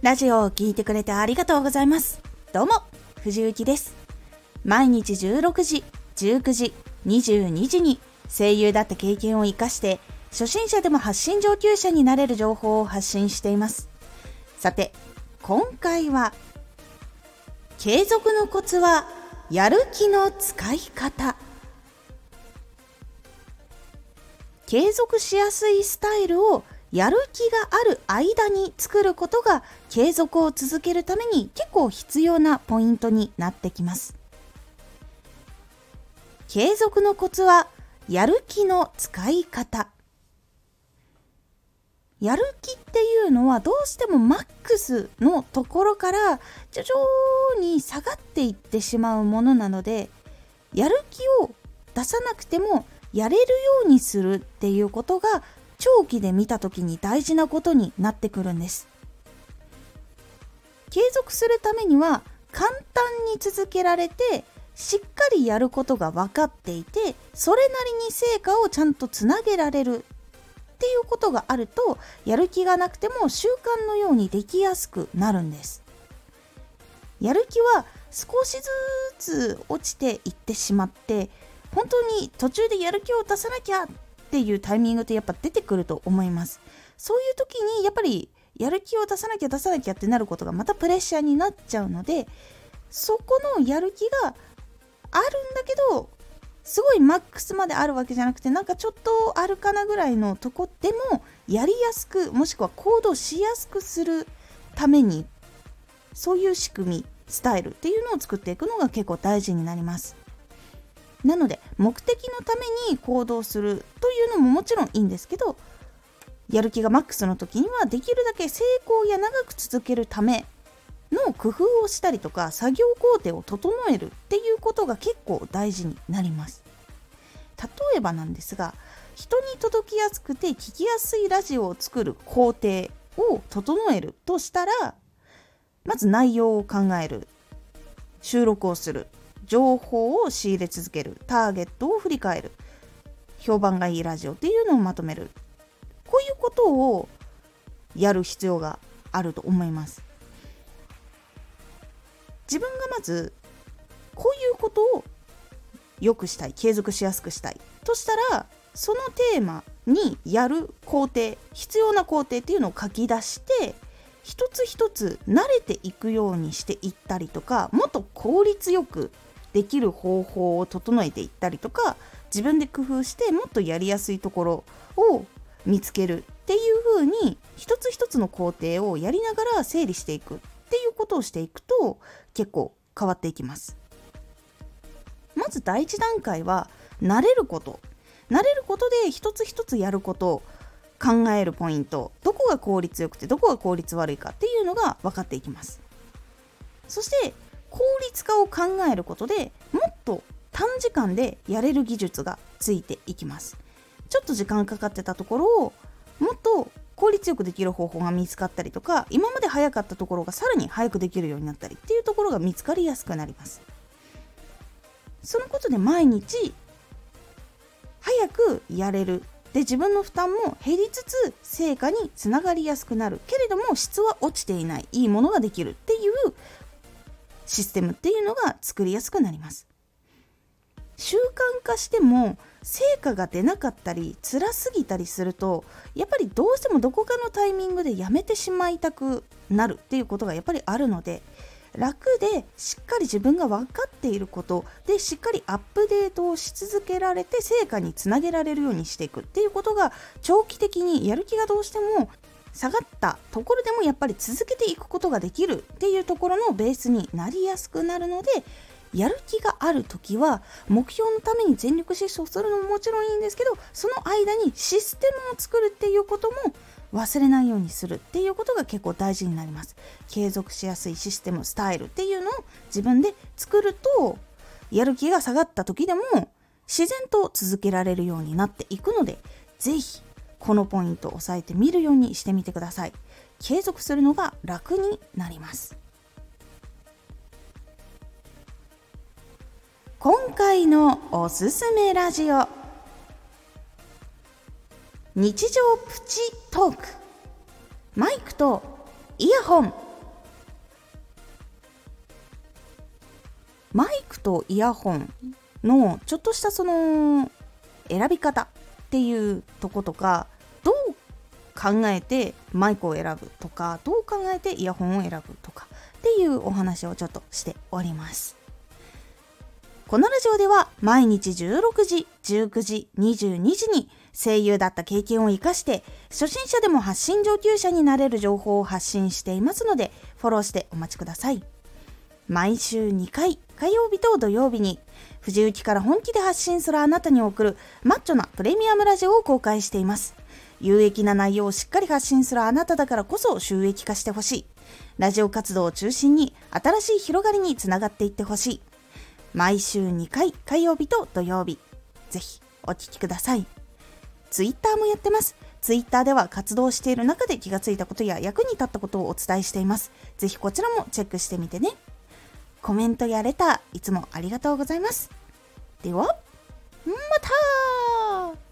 ラジオを聞いてくれてありがとうございます。どうも、藤幸です。毎日16時、19時、22時に声優だった経験を生かして初心者でも発信上級者になれる情報を発信しています。さて、今回は継続のコツはやる気の使い方。継続しやすいスタイルをやる気がある間に作ることが継続を続けるために結構必要なポイントになってきます。継続のコツはやる気の使い方。やる気っていうのはどうしてもマックスのところから徐々に下がっていってしまうものなので、やる気を出さなくてもやれるようにするっていうことが長期で見たときに大事なことになってくるんです。継続するためには簡単に続けられてしっかりやることが分かっていて、それなりに成果をちゃんとつなげられるっていうことがあると、やる気がなくても習慣のようにできやすくなるんです。やる気は少しずつ落ちていってしまって、本当に途中でやる気を出さなきゃっていうタイミングってやっぱ出てくると思います。そういう時にやっぱりやる気を出さなきゃってなることがまたプレッシャーになっちゃうので、そこのやる気があるんだけどすごいマックスまであるわけじゃなくて、なんかちょっとあるかなぐらいのとこでもやりやすく、もしくは行動しやすくするために、そういう仕組み、スタイルっていうのを作っていくのが結構大事になります。なので目的のために行動するというのももちろんいいんですけど、やる気がマックスの時にはできるだけ成功や長く続けるための工夫をしたりとか、作業工程を整えるっていうことが結構大事になります。例えばなんですが、人に届きやすくて聞きやすいラジオを作る工程を整えるとしたら、まず内容を考える、収録をする、情報を仕入れ続ける、ターゲットを振り返る、評判がいいラジオっていうのをまとめる、こういうことをやる必要があると思います。自分がまずこういうことを良くしたい、継続しやすくしたいとしたら、そのテーマにやる工程、必要な工程っていうのを書き出して、一つ一つ慣れていくようにしていったりとか、もっと効率よくできる方法を整えていったりとか、自分で工夫してもっとやりやすいところを見つけるっていう風に、一つ一つの工程をやりながら整理していくっていうことをしていくと結構変わっていきます。まず第一段階は慣れること。慣れることで一つ一つやることを考えるポイント、どこが効率よくてどこが効率悪いかっていうのが分かっていきます。そして効率化を考えることでもっと短時間でやれる技術がついていきます。ちょっと時間かかってたところをもっと効率よくできる方法が見つかったりとか、今まで早かったところがさらに早くできるようになったりっていうところが見つかりやすくなります。そのことで毎日早くやれる、で自分の負担も減りつつ成果につながりやすくなるけれども質は落ちていない、いいものができるっていうシステムっていうのが作りやすくなります。習慣化しても成果が出なかったり辛すぎたりすると、やっぱりどうしてもどこかのタイミングでやめてしまいたくなるっていうことがやっぱりあるので、楽でしっかり自分が分かっていることでしっかりアップデートをし続けられて成果につなげられるようにしていくっていうことが、長期的にやる気がどうしても下がったところでもやっぱり続けていくことができるっていうところのベースになりやすくなるので、やる気があるときは目標のために全力疾走するのももちろんいいんですけど、その間にシステムを作るっていうことも忘れないようにするっていうことが結構大事になります。継続しやすいシステム、スタイルっていうのを自分で作ると、やる気が下がった時でも自然と続けられるようになっていくので、ぜひこのポイントを押さえてみるようにしてみてください。継続するのが楽になります。今回のおすすめラジオ、日常プチトーク。マイクとイヤホンマイクとイヤホンのちょっとしたその選び方っていうとことか、どう考えてマイクを選ぶとか、どう考えてイヤホンを選ぶとかっていうお話をちょっとしております。このラジオでは毎日16時、19時、22時に声優だった経験を生かして初心者でも発信上級者になれる情報を発信していますので、フォローしてお待ちください。毎週2回、火曜日と土曜日に藤雪から本気で発信するあなたに送るマッチョなプレミアムラジオを公開しています。有益な内容をしっかり発信するあなただからこそ収益化してほしい。ラジオ活動を中心に新しい広がりにつながっていってほしい。毎週2回、火曜日と土曜日、ぜひお聞きください。ツイッターもやってます。ツイッターでは活動している中で気がついたことや役に立ったことをお伝えしています。ぜひこちらもチェックしてみてね。コメントやレターいつもありがとうございます。ではまた。